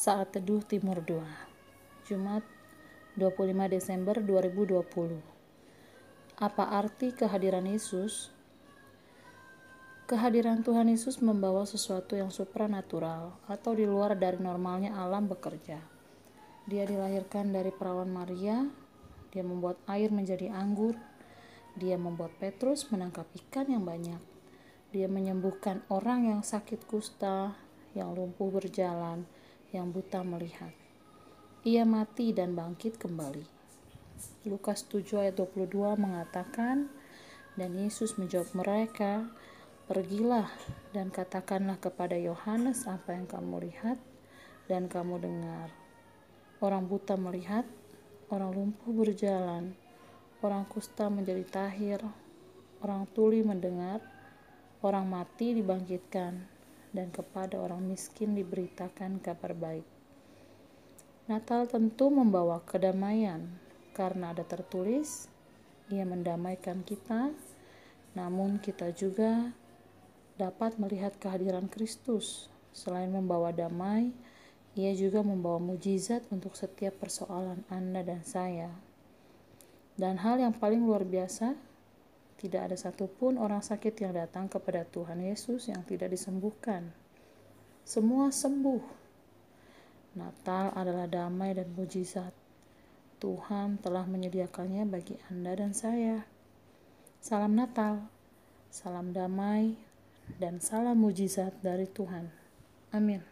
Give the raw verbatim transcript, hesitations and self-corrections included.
Saat Teduh Timur dua, Jumat dua puluh lima Desember dua ribu dua puluh. Apa arti kehadiran Yesus? Kehadiran Tuhan Yesus membawa sesuatu yang supranatural atau di luar dari normalnya alam bekerja. Dia dilahirkan dari perawan Maria, dia membuat air menjadi anggur, dia membuat Petrus menangkap ikan yang banyak, dia menyembuhkan orang yang sakit kusta, yang lumpuh berjalan, yang buta melihat. Ia mati dan bangkit kembali. Lukas tujuh ayat dua puluh dua mengatakan, dan Yesus menjawab mereka, pergilah dan katakanlah kepada Yohanes apa yang kamu lihat dan kamu dengar. Orang buta melihat, orang lumpuh berjalan, orang kusta menjadi tahir, orang tuli mendengar, orang mati dibangkitkan, dan kepada orang miskin diberitakan kabar baik. Natal tentu membawa kedamaian, karena ada tertulis, ia mendamaikan kita, namun kita juga dapat melihat kehadiran Kristus. Selain membawa damai, ia juga membawa mujizat untuk setiap persoalan Anda dan saya. Dan hal yang paling luar biasa, tidak ada satupun orang sakit yang datang kepada Tuhan Yesus yang tidak disembuhkan. Semua sembuh. Natal adalah damai dan mujizat. Tuhan telah menyediakannya bagi Anda dan saya. Salam Natal, salam damai, dan salam mujizat dari Tuhan. Amin.